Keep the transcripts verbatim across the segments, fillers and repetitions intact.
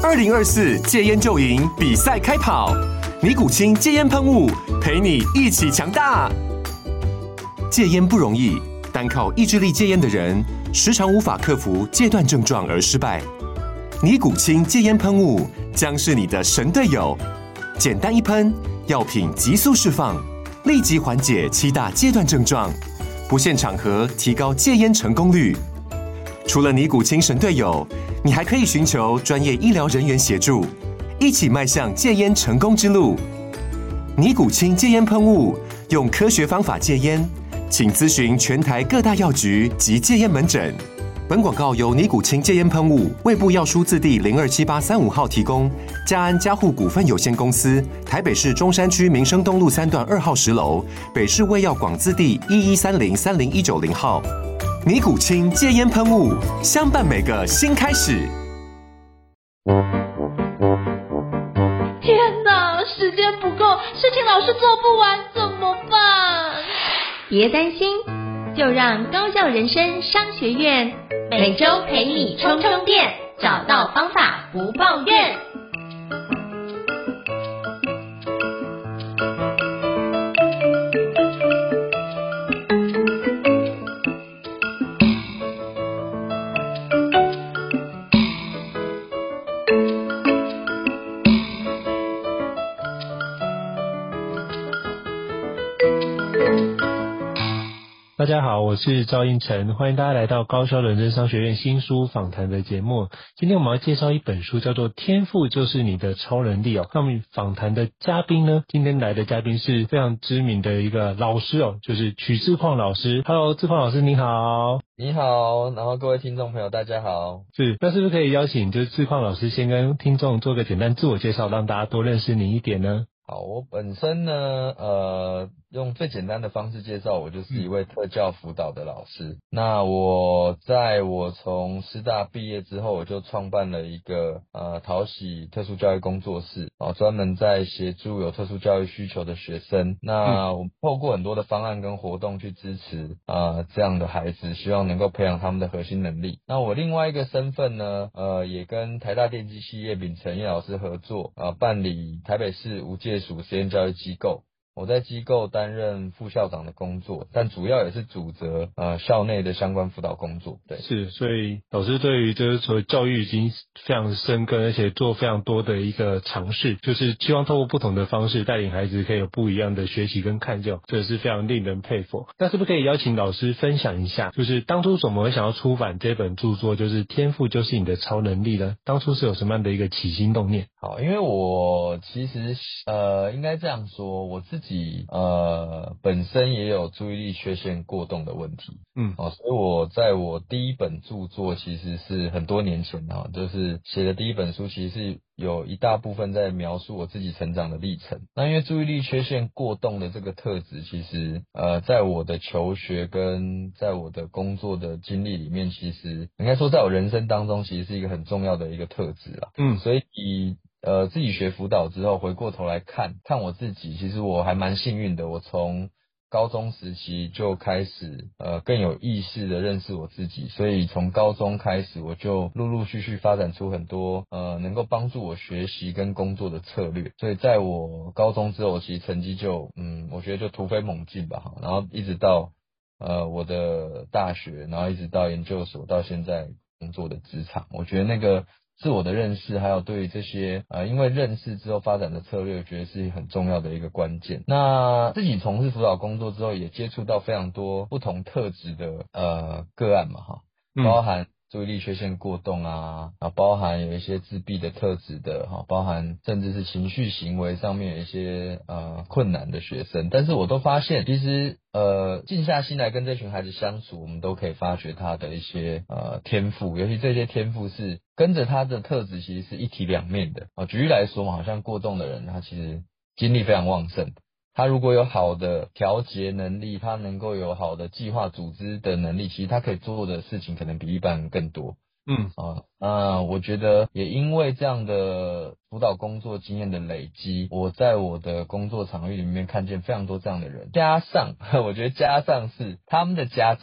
二零二四戒烟就赢比赛开跑，尼古清戒烟喷雾陪你一起强大。戒烟不容易，单靠意志力戒烟的人，时常无法克服戒断症状而失败。尼古清戒烟喷雾将是你的神队友，简单一喷，药品急速释放，立即缓解七大戒断症状，不限场合提高戒烟成功率。除了尼古清神队友，你还可以寻求专业医疗人员协助，一起迈向戒烟成功之路。尼古清戒烟喷雾，用科学方法戒烟，请咨询全台各大药局及戒烟门诊。本广告由尼古清戒烟喷雾、卫部药书字第零二七八三五号提供，嘉安嘉护股份有限公司，台北市中山区民生东路三段二号十楼，北市卫药广字第一一三零三零一九零号。尼古清戒烟喷雾，相伴每个新开始。 天哪，时间不够，事情老是做不完，怎么办？ 别担心，就让高效人生商学院每周陪你充充电，找到方法不抱怨。 大家好，我是赵英成，欢迎大家来到高效人生商学院新书访谈的节目。今天我们要介绍一本书，叫做《天赋就是你的超能力》哦。那我们访谈的嘉宾呢，今天来的嘉宾是非常知名的一个老师哦，就是曲志矿老师。Hello， 志矿老师你好。 你好，然后各位听众朋友大家好。 是，那是不是可以邀请就是志矿老师先跟听众做个简单自我介绍，让大家多认识你一点呢？ 好，我本身呢，呃，用最简单的方式介绍，我就是一位特教辅导的老师。嗯、那我在我从师大毕业之后，我就创办了一个呃讨喜特殊教育工作室，啊，专门在协助有特殊教育需求的学生。那我透过很多的方案跟活动去支持啊、呃、这样的孩子，希望能够培养他们的核心能力。那我另外一个身份呢，呃，也跟台大电机系叶秉成叶老师合作，啊、呃，办理台北市无界属实验教育机构。我在机构担任副校长的工作，但主要也是主责呃校内的相关辅导工作。对， 是，所以老师对于就是说教育已经非常深耕，而且做非常多的一个尝试，就是希望透过不同的方式带领孩子可以有不一样的学习跟看见，这是非常令人佩服。那是不是可以邀请老师分享一下，就是当初怎么会想要出版这本著作，就是天赋就是你的超能力呢？当初是有什么样的一个起心动念？ 好，因为我其实呃应该这样说，我自己呃本身也有注意力缺陷过动的问题，嗯，哦，所以我在我第一本著作其实是很多年前啊，就是写的第一本书，其实是有一大部分在描述我自己成长的历程。那因为注意力缺陷过动的这个特质，其实呃在我的求学跟在我的工作的经历里面，其实应该说在我人生当中，其实是一个很重要的一个特质啦，嗯，所以呃，自己学辅导之后，回过头来看看我自己，其实我还蛮幸运的。我从高中时期就开始，呃，更有意识的认识我自己，所以从高中开始，我就陆陆续续发展出很多呃能够帮助我学习跟工作的策略。所以在我高中之后，其实成绩就，嗯，我觉得就突飞猛进吧，然后一直到呃我的大学，然后一直到研究所，到现在工作的职场，我觉得那个自我的认识，还有对于这些呃，因为认识之后发展的策略，我觉得是很重要的一个关键。那自己从事辅导工作之后，也接触到非常多不同特质的呃个案嘛，哈，包含注意力缺陷过动啊，啊，包含有一些自闭的特质的，哈，包含甚至是情绪行为上面有一些呃困难的学生，但是我都发现，其实呃静下心来跟这群孩子相处，我们都可以发掘他的一些呃天赋，尤其这些天赋是跟着他的特质其实是一体两面的啊。举例来说嘛，好像过动的人，他其实精力非常旺盛。他如果有好的调节能力，他能够有好的计划组织的能力，其实他可以做的事情可能比一般人更多。嗯啊，那我觉得也因为这样的辅导工作经验的累积，我在我的工作场域里面看见非常多这样的人，加上我觉得加上是他们的家长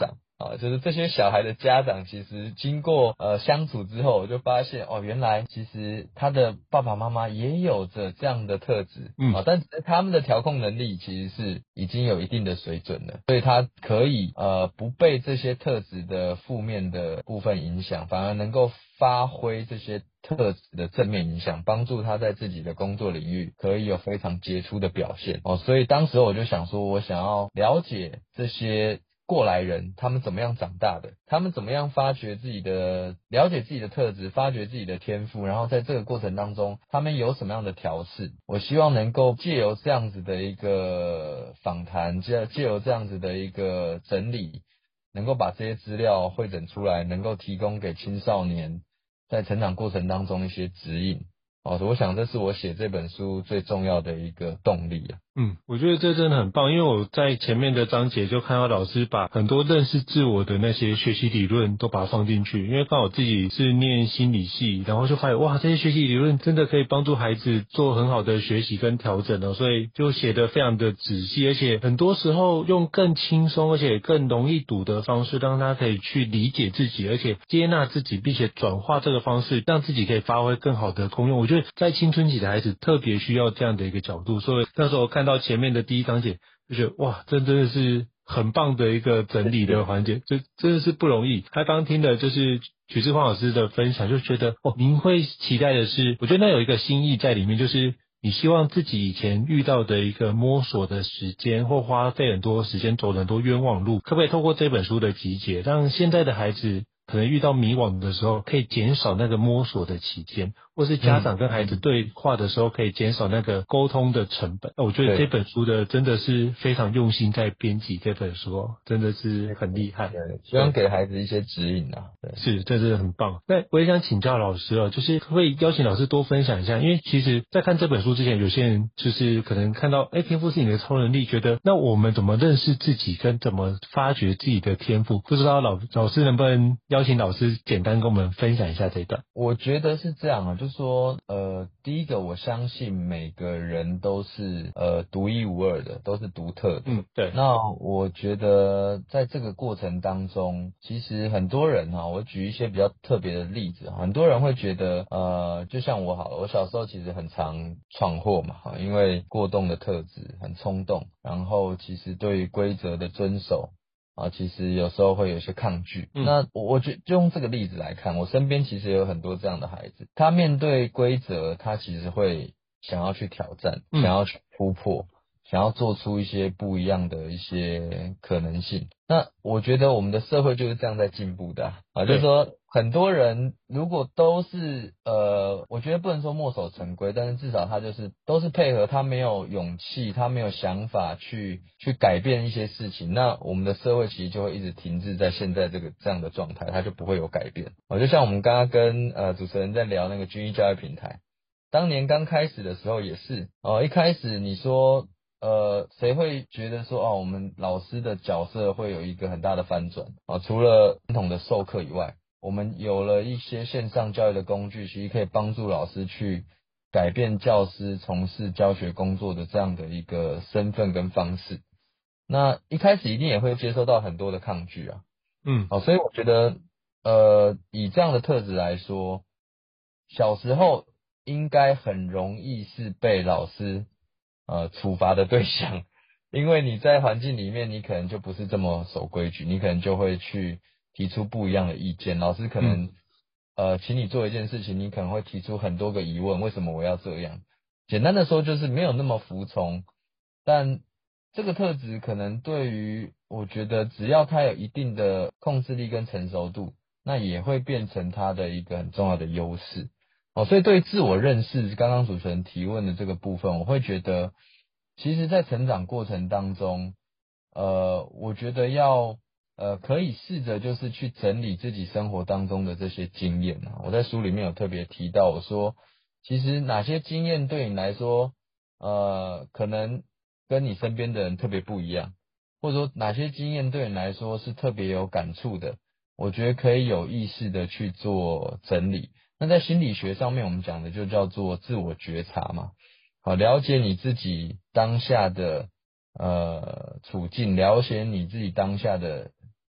啊，就是这些小孩的家长，其实经过呃相处之后，我就发现哦，原来其实他的爸爸妈妈也有着这样的特质，嗯，啊，但是他们的调控能力其实是已经有一定的水准了，所以他可以呃不被这些特质的负面的部分影响，反而能够发挥这些特质的正面影响，帮助他在自己的工作领域可以有非常杰出的表现哦。所以当时我就想说，我想要了解这些过来人他们怎么样长大的，他们怎么样发掘自己的了解自己的特质，发掘自己的天赋，然后在这个过程当中他们有什么样的调试。我希望能够借由这样子的一个访谈，借借由这样子的一个整理，能够把这些资料汇整出来，能够提供给青少年在成长过程当中一些指引。哦，我想这是我写这本书最重要的一个动力啊。 嗯，我觉得这真的很棒，因为我在前面的章节就看到老师把很多认识自我的那些学习理论都把它放进去，因为刚好自己是念心理系，然后就发现哇，这些学习理论真的可以帮助孩子做很好的学习跟调整哦，所以就写得非常的仔细，而且很多时候用更轻松而且更容易读的方式，让他可以去理解自己，而且接纳自己，并且转化这个方式，让自己可以发挥更好的功用。我觉得在青春期的孩子特别需要这样的一个角度，所以那时候看到前面的第一章节就觉得哇，这真的是很棒的一个整理的环节，这真的是不容易。他刚听的就是许志煌老师的分享，就觉得哦，您会期待的是，我觉得那有一个心意在里面，就是你希望自己以前遇到的一个摸索的时间，或花费很多时间走很多冤枉路，可不可以透过这本书的集结，让现在的孩子可能遇到迷惘的时候可以减少那个摸索的期间，或是家长跟孩子对话的时候可以减少那个沟通的成本。我觉得这本书的真的是非常用心在编辑这本书哦，真的是很厉害。 对，希望给孩子一些指引啊。对， 是，这真的很棒。那我也想请教老师哦，就是可不可以邀请老师多分享一下，因为其实在看这本书之前，有些人就是可能看到哎，天赋是你的超能力，觉得那我们怎么认识自己跟怎么发掘自己的天赋，不知道老老师能不能邀请老师简单跟我们分享一下这一段。 我觉得是这样啊，就是说呃，第一个我相信每个人都是呃独一无二的，都是独特的。 嗯，对。 那我觉得在这个过程当中，其实很多人哈、啊，我举一些比较特别的例子，很多人会觉得呃，就像我好了，我小时候其实很常闯祸嘛，因为过动的特质，很冲动，然后其实对于规则的遵守啊，其实有时候会有一些抗拒。嗯、那我我觉就用这个例子来看，我身边其实有很多这样的孩子，他面对规则，他其实会想要去挑战，嗯、想要去突破，想要做出一些不一样的一些可能性。那我觉得我们的社会就是这样在进步的 啊, 啊就是说很多人如果都是呃，我觉得不能说墨守成规，但是至少他就是都是配合，他没有勇气，他没有想法去去改变一些事情，那我们的社会其实就会一直停滞在现在这个这样的状态，它就不会有改变。啊，就像我们刚刚跟呃主持人在聊那个军医教育平台，当年刚开始的时候也是哦、呃，一开始你说呃，谁会觉得说哦，我们老师的角色会有一个很大的翻转啊？除了传统的授课以外，我们有了一些线上教育的工具，其实可以帮助老师去改变教师从事教学工作的这样的一个身份跟方式。那一开始一定也会接受到很多的抗拒啊，嗯，好，所以我觉得呃，以这样的特质来说，小时候应该很容易是被老师呃，处罚的对象，因为你在环境里面，你可能就不是这么守规矩，你可能就会去提出不一样的意见。老师可能、嗯、呃，请你做一件事情，你可能会提出很多个疑问，为什么我要这样？简单的说，就是没有那么服从。但这个特质可能对于我觉得，只要他有一定的控制力跟成熟度，那也会变成他的一个很重要的优势。哦，所以对自我认识，刚刚主持人提问的这个部分，我会觉得，其实在成长过程当中，呃，我觉得要呃可以试着就是去整理自己生活当中的这些经验啊。我在书里面有特别提到，我说，其实哪些经验对你来说，呃，可能跟你身边的人特别不一样，或者说哪些经验对你来说是特别有感触的，我觉得可以有意识的去做整理。那在心理学上面，我们讲的就叫做自我觉察嘛，好，了解你自己当下的呃处境，了解你自己当下的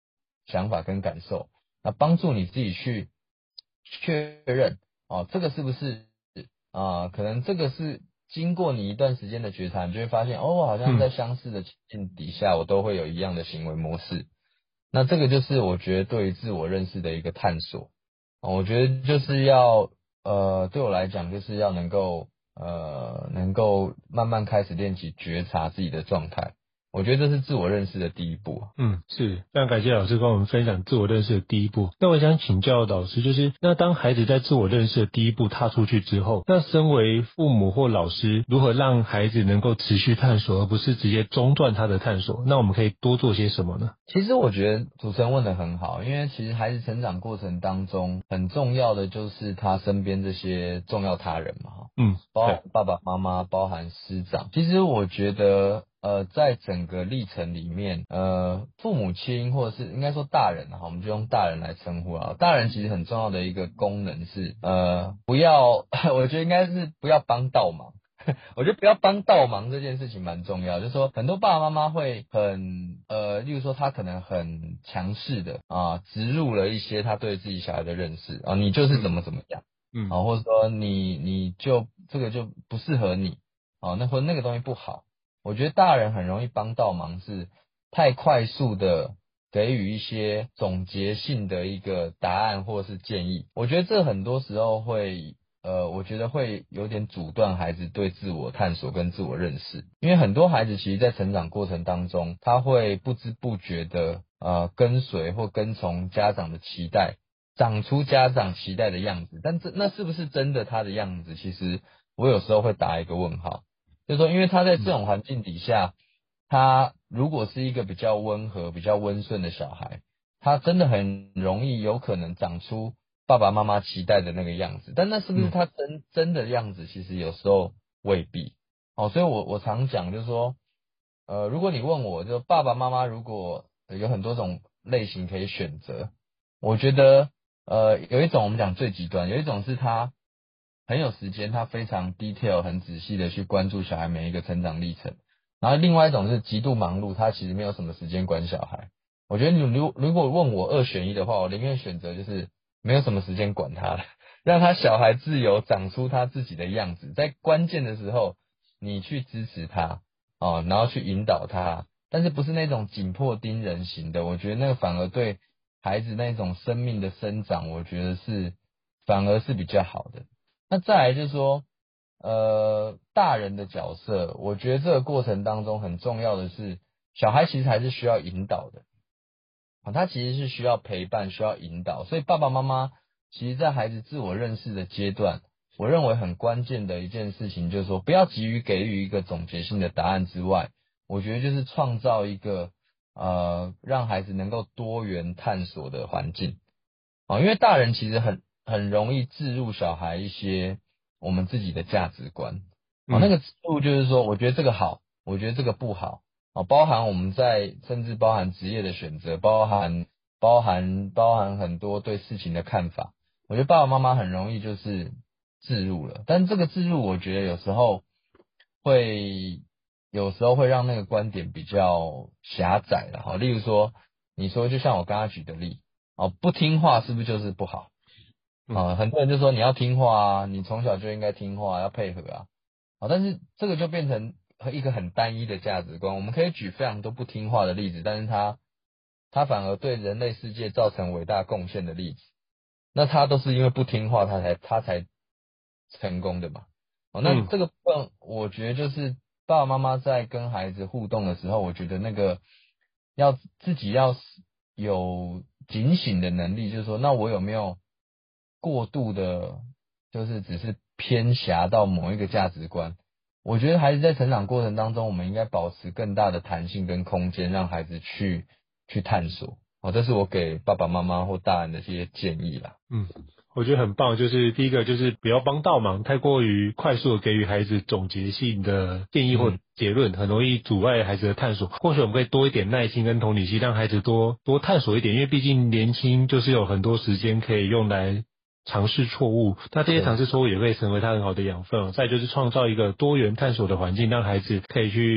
想法跟感受，那帮助你自己去确认哦，这个是不是啊、呃？可能这个是经过你一段时间的觉察，你就会发现哦，好像在相似的情境底下，我都会有一样的行为模式。那这个就是我觉得对于自我认识的一个探索。哦、我觉得就是要呃，对我来讲就是要能够呃，能够慢慢开始练习觉察自己的状态。我觉得这是自我认识的第一步。 嗯，是，非常感谢老师跟我们分享自我认识的第一步。那我想请教老师，就是那当孩子在自我认识的第一步踏出去之后，那身为父母或老师，如何让孩子能够持续探索，而不是直接中断他的探索？那我们可以多做些什么呢？ 其实我觉得主持人问得很好，因为其实孩子成长过程当中，很重要的就是他身边这些重要他人嘛， 嗯， 包含爸爸妈妈，包含师长。其实我觉得。呃，在整个历程里面，呃，父母亲或者是应该说大人哈，我们就用大人来称呼啊。大人其实很重要的一个功能是，呃，不要，我觉得应该是不要帮倒忙。我觉得不要帮倒忙这件事情蛮重要，就是说很多爸爸妈妈会很呃，例如说他可能很强势的啊，植入了一些他对自己小孩的认识啊，你就是怎么怎么样，嗯，啊，或者说你你就这个就不适合你，啊，那或者那个东西不好。我觉得大人很容易帮倒忙，是太快速的给予一些总结性的一个答案或是建议。我觉得这很多时候会，呃，我觉得会有点阻断孩子对自我探索跟自我认识。因为很多孩子其实在成长过程当中，他会不知不觉的呃跟随或跟从家长的期待，长出家长期待的样子。但这那是不是真的他的样子？其实我有时候会打一个问号。就是说，因为他在这种环境底下，他如果是一个比较温和、比较温顺的小孩，他真的很容易有可能长出爸爸妈妈期待的那个样子。但那是不是他真真的样子？其实有时候未必。哦，所以我我常讲就是说，呃，如果你问我，就爸爸妈妈如果有很多种类型可以选择，我觉得呃有一种我们讲最极端，有一种是他。很有时间，他非常 detail 很仔细的去关注小孩每一个成长历程，然后另外一种是极度忙碌，他其实没有什么时间管小孩。我觉得你如如果问我二选一的话，我宁愿选择就是没有什么时间管他了，让他小孩自由长出他自己的样子，在关键的时候你去支持他哦，然后去引导他，但是不是那种紧迫盯人型的，我觉得那个反而对孩子那种生命的生长，我觉得是反而是比较好的。那再来就是说，呃，大人的角色，我觉得这个过程当中很重要的是，小孩其实还是需要引导的，啊，他其实是需要陪伴，需要引导。所以爸爸妈妈其实在孩子自我认识的阶段，我认为很关键的一件事情就是说，不要急于给予一个总结性的答案之外，我觉得就是创造一个呃让孩子能够多元探索的环境，啊，因为大人其实很。很容易置入小孩一些我们自己的价值观，啊、嗯，那个植入就是说，我觉得这个好，我觉得这个不好，啊，包含我们在甚至包含职业的选择，包含包含包含很多对事情的看法，我觉得爸爸妈妈很容易就是置入了，但这个置入我觉得有时候会有时候会让那个观点比较狭窄了，哈，例如说你说就像我刚刚举的例，哦，不听话是不是就是不好？啊，很多人就说你要听话啊，你从小就应该听话，要配合啊，啊，但是这个就变成一个很单一的价值观。我们可以举非常多不听话的例子，但是他他反而对人类世界造成伟大贡献的例子，那他都是因为不听话，他才他才成功的嘛。哦，那这个部分我觉得就是爸爸妈妈在跟孩子互动的时候，我觉得那个要自己要有警醒的能力，就是说，那我有没有过度的，就是只是偏狭到某一个价值观？我觉得孩子在成长过程当中，我们应该保持更大的弹性跟空间，让孩子去去探索。哦，这是我给爸爸妈妈或大人的这些建议啦。 嗯，我觉得很棒，就是第一个就是不要帮倒忙，太过于快速的给予孩子总结性的建议或结论，很容易阻碍孩子的探索。或许我们可以多一点耐心跟同理心，让孩子多多探索一点，因为毕竟年轻就是有很多时间可以用来尝试错误，那这些尝试错误也会成为他很好的养分。再就是创造一个多元探索的环境，让孩子可以去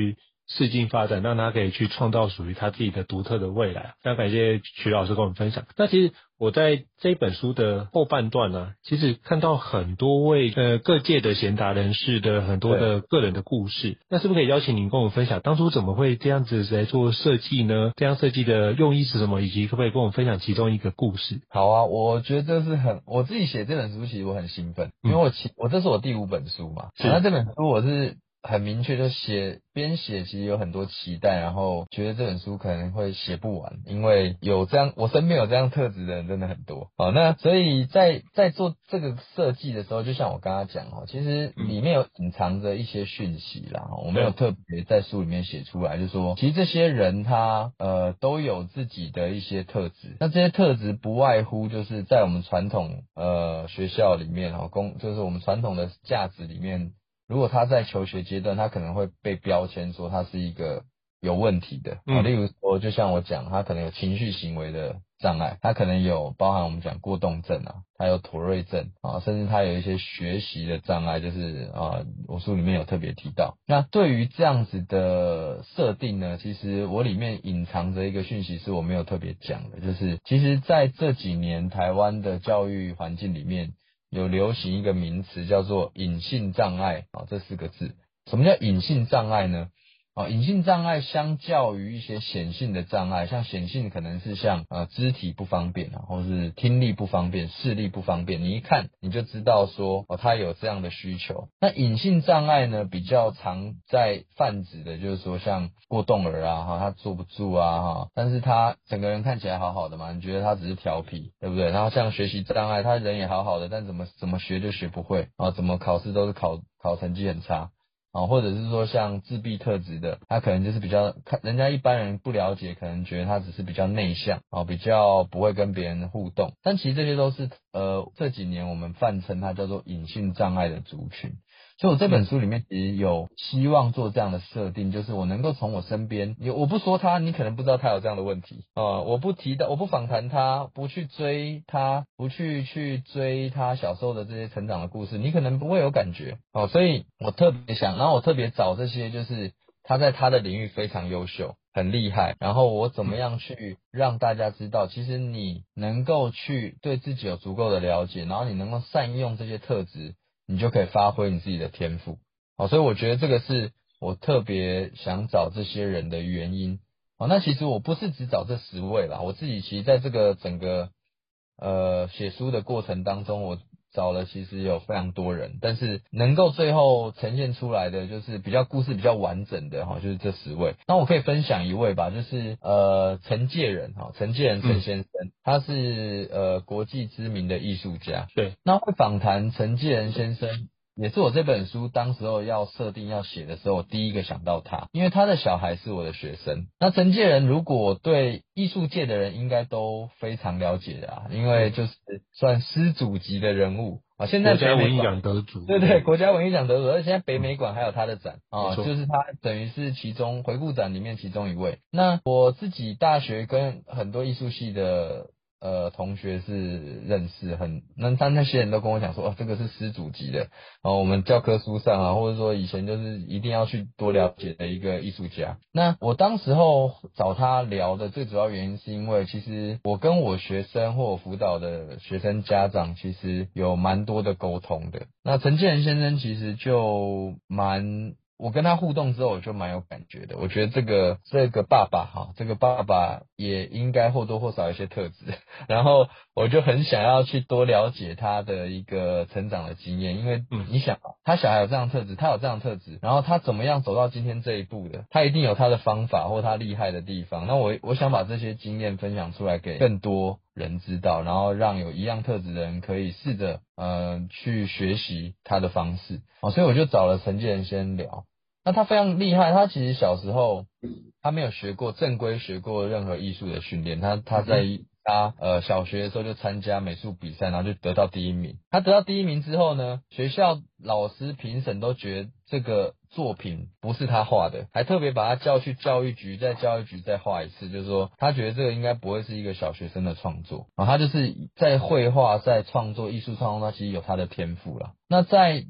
适境发展，让他可以去创造属于他自己的独特的未来。非常感谢曲老师跟我们分享。那其实我在这本书的后半段呢、啊，其实看到很多位呃各界的贤达人士的很多的个人的故事。那是不是可以邀请您跟我们分享当初怎么会这样子来做设计呢？这样设计的用意是什么？以及可不可以跟我们分享其中一个故事？ 好啊，我觉得这是很我自己写这本书，其实我很兴奋，因为我其我这是我第五本书嘛，那这本书我是很明确就写边写其实有很多期待，然后觉得这本书可能会写不完，因为有这样我身边有这样特质的人真的很多。好，那所以在在做这个设计的时候，就像我刚刚讲哦，其实里面有隐藏着一些讯息啦，我没有特别在书里面写出来，就是说其实这些人他呃都有自己的一些特质，那这些特质不外乎就是在我们传统呃学校里面哦公就是我们传统的价值里面。如果他在求学阶段，他可能会被标签说他是一个有问题的，嗯，例如说，就像我讲，他可能有情绪行为的障碍，他可能有包含我们讲过动症啊，他有妥瑞症啊，甚至他有一些学习的障碍，就是啊，我书里面有特别提到。那对于这样子的设定呢，其实我里面隐藏着一个讯息是我没有特别讲的，就是其实在这几年台湾的教育环境里面。有流行一个名词叫做隐性障碍啊，这四个字。什么叫隐性障碍呢？啊，隐性障碍相较于一些显性的障碍，像显性可能是像呃肢体不方便啊，或是听力不方便、视力不方便，你一看你就知道说哦，他有这样的需求。那隐性障碍呢，比较常在泛指的就是说像过动儿啊，哈，他坐不住啊，哈，但是他整个人看起来好好的嘛，你觉得他只是调皮，对不对？然后像学习障碍，他人也好好的，但怎么怎么学就学不会啊，怎么考试都是考考成绩很差。啊，或者是说像自闭特质的，他可能就是比较，看人家一般人不了解，可能觉得他只是比较内向，啊，比较不会跟别人互动，但其实这些都是呃这几年我们泛称它叫做隐性障碍的族群。所以我这本书里面其实有希望做这样的设定，就是我能够从我身边，我不说他，你可能不知道他有这样的问题啊、呃，我不提到，我不访谈他，不去追他，不去去追他小时候的这些成长的故事，你可能不会有感觉哦、呃。所以我特别想，然后我特别找这些，就是他在他的领域非常优秀，很厉害，然后我怎么样去让大家知道，其实你能够去对自己有足够的了解，然后你能够善用这些特质。你就可以发挥你自己的天赋，好，所以我觉得这个是我特别想找这些人的原因。好，那其实我不是只找这十位啦，我自己其实在这个整个呃写书的过程当中，我找了其实有非常多人，但是能够最后呈现出来的就是比较故事比较完整的哈，就是这十位。那我可以分享一位吧，就是呃陈介仁哈，陈介仁陈先生，嗯、他是呃国际知名的艺术家。 对， 那会访谈陈介仁先生。也是我这本书当时候要设定要写的时候，我第一个想到他，因为他的小孩是我的学生。那陈介仁如果对艺术界的人应该都非常了解的啊，因为就是算师祖级的人物啊。现在国家文艺奖得主， 对对，国家文艺奖得主，而且现在北美馆还有他的展啊，就是他等于是其中回顾展里面其中一位。那我自己大学跟很多艺术系的。呃，同学是认识很，那他那些人都跟我讲说，哦，这个是师祖级的，哦，我们教科书上啊，或者说以前就是一定要去多了解的一个艺术家。那我当时候找他聊的最主要原因是因为，其实我跟我学生或我辅导的学生家长其实有蛮多的沟通的。那陈介仁先生其实就蛮。我跟他互动之后，我就蛮有感觉的。我觉得这个这个爸爸哈，这个爸爸也应该或多或少有一些特质。然后我就很想要去多了解他的一个成长的经验，因为你想，他小孩有这样的特质，他有这样的特质，然后他怎么样走到今天这一步的？他一定有他的方法或他厉害的地方。那我我想把这些经验分享出来给更多人知道，然后让有一样特质的人可以试着呃去学习他的方式。哦，所以我就找了陈介仁先聊。那他非常厉害，他其实小时候他没有学过正规学过任何艺术的训练，他他在他呃小学的时候就参加美术比赛，然后就得到第一名。他得到第一名之后呢，学校老师评审都觉得这个作品不是他画的，还特别把他叫去教育局，在教育局再画一次，就是说他觉得这个应该不会是一个小学生的创作啊，他就是在绘画在创作艺术创作，他其实有他的天赋啦。那在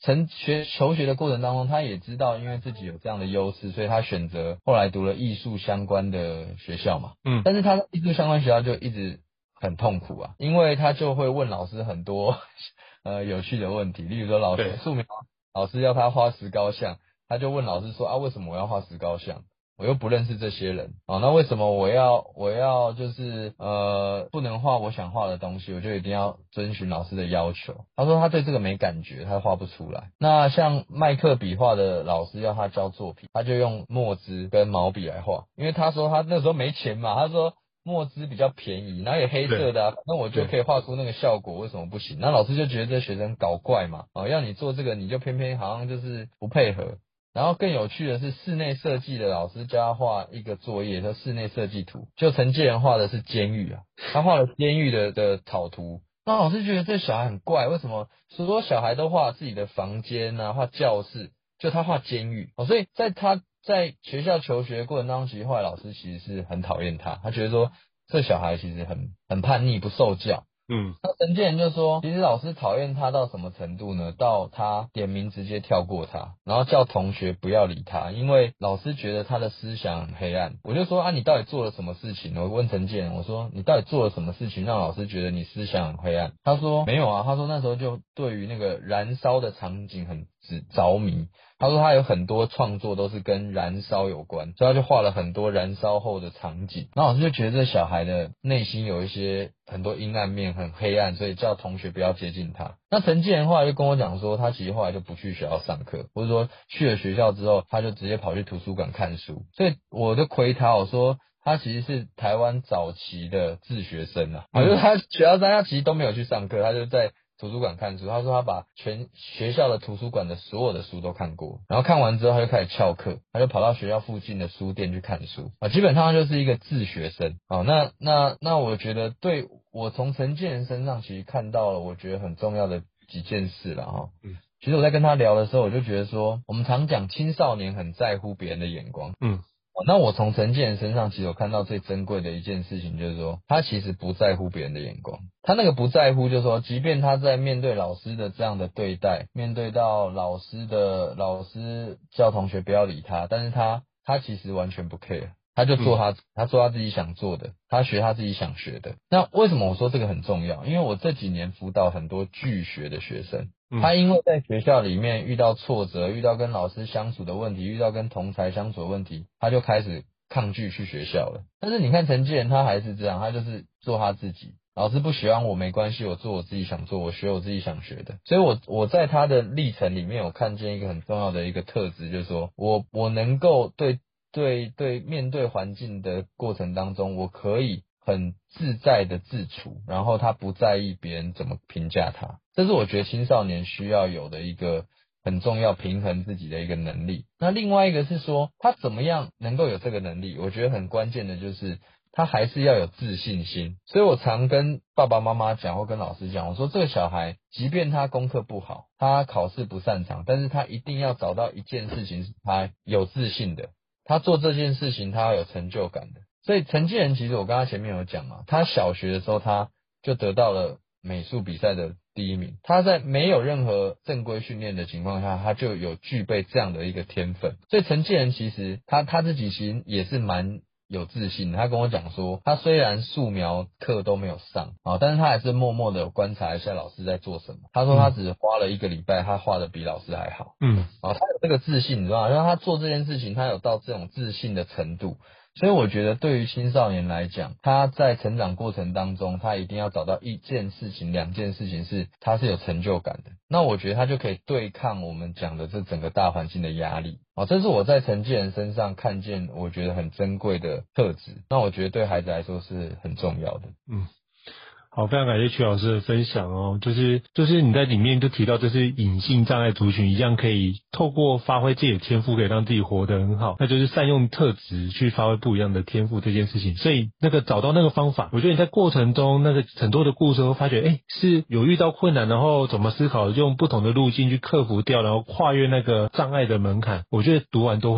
成学求学的过程当中，他也知道因为自己有这样的优势，所以他选择后来读了艺术相关的学校嘛。嗯，但是他的艺术相关学校就一直很痛苦啊，因为他就会问老师很多呃有趣的问题，例如说老师素描老师要他画石膏像，他就问老师说啊，为什么我要画石膏像？我又不认识这些人啊，那为什么我要我要就是呃不能画我想画的东西，我就一定要遵循老师的要求？他说他对这个没感觉，他画不出来。那像麦克笔画的老师要他交作品，他就用墨汁跟毛笔来画，因为他说他那时候没钱嘛，他说墨汁比较便宜，然后也黑色的啊，那我就可以画出那个效果，为什么不行？那老师就觉得这学生搞怪嘛，哦，要你做这个你就偏偏好像就是不配合。然后更有趣的是，室内设计的老师教他画一个作业，叫室内设计图，就陈建仁画的是监狱啊，他画了监狱的的草图。那老师觉得这小孩很怪，为什么所有小孩都画自己的房间啊，画教室，就他画监狱哦，所以在他在学校求学过程当中，其实后来老师其实是很讨厌他，他觉得说这小孩其实很很叛逆，不受教。嗯，那陈建仁就说，其实老师讨厌他到什么程度呢？到他点名直接跳过他，然后叫同学不要理他，因为老师觉得他的思想很黑暗。我就说啊，你到底做了什么事情？我问陈建仁，我说你到底做了什么事情让老师觉得你思想很黑暗？他说没有啊，他说那时候就对于那个燃烧的场景很着迷。他说他有很多创作都是跟燃烧有关，所以他就画了很多燃烧后的场景。那老师就觉得这小孩的内心有一些很多阴暗面，很黑暗，所以叫同学不要接近他。那陈建仁后来就跟我讲说，他其实后来就不去学校上课，或者说去了学校之后，他就直接跑去图书馆看书。所以我就亏他，我说他其实是台湾早期的自学生啊，嗯、就是他学校三他其实都没有去上课，他就在图书馆看书。他说他把全学校的图书馆的所有的书都看过，然后看完之后他就开始翘课，他就跑到学校附近的书店去看书啊，基本上就是一个自学生啊。那那那我觉得对我从陈建仁身上其实看到了我觉得很重要的几件事了哈。嗯，其实我在跟他聊的时候，我就觉得说，我们常讲青少年很在乎别人的眼光，嗯。那我从陈建仁身上其实有看到最珍贵的一件事情，就是说他其实不在乎别人的眼光。他那个不在乎就是说，即便他在面对老师的这样的对待，面对到老师的老师叫同学不要理他，但是他他其实完全不 care， 他就做他、嗯、他做他自己想做的，他学他自己想学的。那为什么我说这个很重要？因为我这几年辅导很多拒学的学生，他因为在学校里面遇到挫折，遇到跟老师相处的问题，遇到跟同儕相处的问题，他就开始抗拒去学校了。但是你看陈建仁他还是这样，他就是做他自己，老师不喜欢我没关系，我做我自己想做，我学我自己想学的。所以我我在他的历程里面有看见一个很重要的一个特质，就是说我我能够对对对面对环境的过程当中，我可以很自在的自处，然后他不在意别人怎么评价他，这是我觉得青少年需要有的一个很重要平衡自己的一个能力。那另外一个是说他怎么样能够有这个能力，我觉得很关键的就是他还是要有自信心。所以我常跟爸爸妈妈讲或跟老师讲，我说这个小孩即便他功课不好，他考试不擅长，但是他一定要找到一件事情是他有自信的，他做这件事情他要有成就感的。所以陈建仁其实我刚刚前面有讲嘛，他小学的时候他就得到了美术比赛的第一名，他在没有任何正规训练的情况下，他就有具备这样的一个天分。所以陈建仁其实他他自己其实也是蛮有自信的，他跟我讲说，他虽然素描课都没有上啊，但是他还是默默的观察一下老师在做什么。他说他只花了一个礼拜，他画的比老师还好。嗯，啊，他有这个自信，你知道吗？让他做这件事情，他有到这种自信的程度。所以我觉得对于青少年来讲，他在成长过程当中，他一定要找到一件事情、两件事情是他是有成就感的。那我觉得他就可以对抗我们讲的这整个大环境的压力。哦，这是我在陈建仁身上看见我觉得很珍贵的特质。那我觉得对孩子来说是很重要的。嗯。 好，非常感谢曲老师的分享哦。就是就是你在里面就提到，就是隐性障碍族群一样可以透过发挥自己的天赋，可以让自己活得很好。那就是善用特质去发挥不一样的天赋这件事情。所以那个找到那个方法，我觉得你在过程中那个很多的故事会发觉，哎，是有遇到困难，然后怎么思考，用不同的路径去克服掉，然后跨越那个障碍的门槛。我觉得读完都会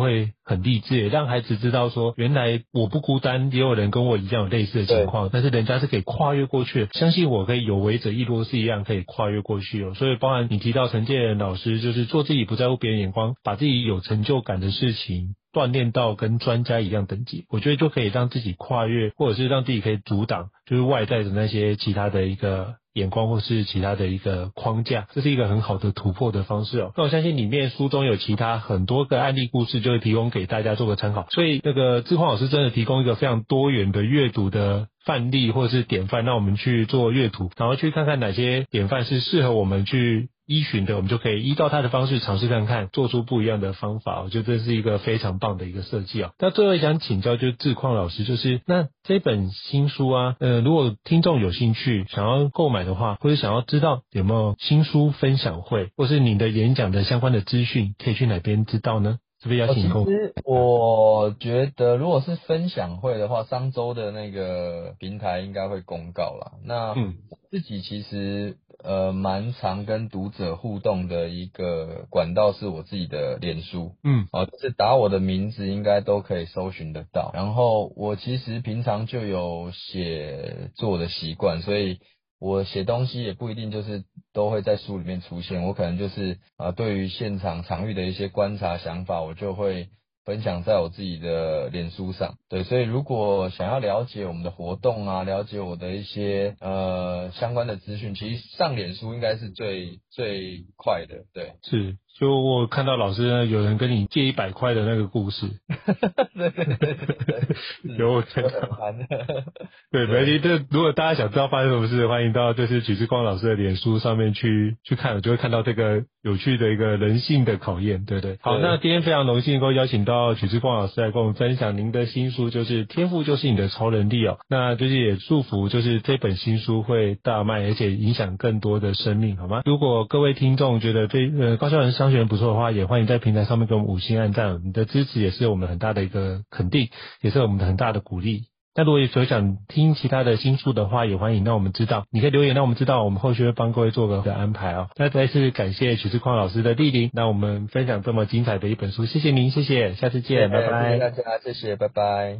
很励志，也让孩子知道说原来我不孤单，也有人跟我一样有类似的情况，但是人家是可以跨越过去的，相信我可以有为者亦若是一样可以跨越过去哦。所以包含你提到陈建仁老师，就是做自己不在乎别人眼光，把自己有成就感的事情锻炼到跟专家一样等级，我觉得就可以让自己跨越，或者是让自己可以阻挡就是外在的那些其他的一个眼光或是其他的一个框架，这是一个很好的突破的方式哦。那我相信里面书中有其他很多个案例故事，就会提供给大家做个参考。所以那个志匡老师真的提供一个非常多元的阅读的范例或者是典范，让我们去做阅读，然后去看看哪些典范是适合我们去依循的，我们就可以依照他的方式尝试看看，做出不一样的方法。我觉得这是一个非常棒的一个设计啊。那最后想请教就是志匡老师，就是那这本新书啊，呃，如果听众有兴趣想要购买的话，或者想要知道有没有新书分享会，或是你的演讲的相关的资讯，可以去哪边知道呢？是不是邀请购？ 其实我觉得，如果是分享会的话，商周的那个平台应该会公告啦。那嗯， 自己其实呃蛮常跟读者互动的一个管道是我自己的脸书， 嗯， 哦，就是打我的名字应该都可以搜寻得到。然后我其实平常就有写作的习惯，所以我写东西也不一定就是都会在书里面出现，我可能就是啊、呃、对于现场场域的一些观察想法，我就会分享在我自己的脸书上。对，所以如果想要了解我们的活动啊，了解我的一些呃相关的资讯，其实上脸书应该是最最快的。对， 是。就我看到老师呢，有人跟你借一百块的那个故事， 对对对对， 有我看到。对，没问题。这如果大家想知道发生什么事，欢迎到就是许志光老师的脸书上面去去看，就会看到这个有趣的一个人性的考验，对不对？好，那今天非常荣幸能够邀请到许志光老师来跟我们分享您的新书，就是天赋就是你的超能力哦。那就是也祝福就是这本新书会大卖，而且影响更多的生命，好吗？如果各位听众觉得这呃高效人商学院不错的话，也欢迎在平台上面给我们五星按赞，你的支持也是我们很大的一个肯定，也是我们的很大的鼓励。那如果有想听其他的新书的话，也欢迎让我们知道，你可以留言让我们知道，我们后续会帮各位做个的安排哦。那再次感谢许志匡老师的莅临，那我们分享这么精彩的一本书，谢谢您，谢谢，下次见，拜拜。 谢谢大家，谢谢，拜拜。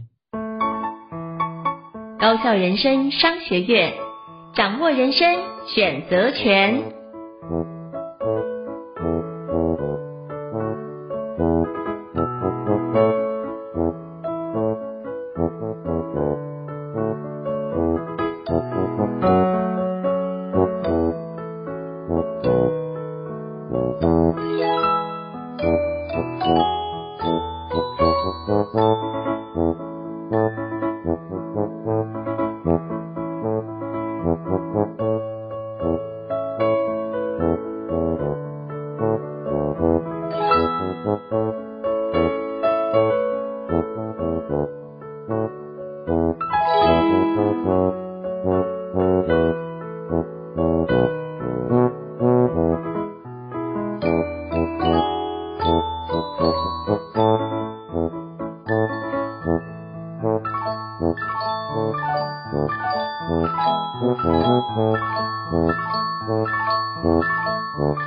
高效人生商学院，掌握人生选择权。 Thank you.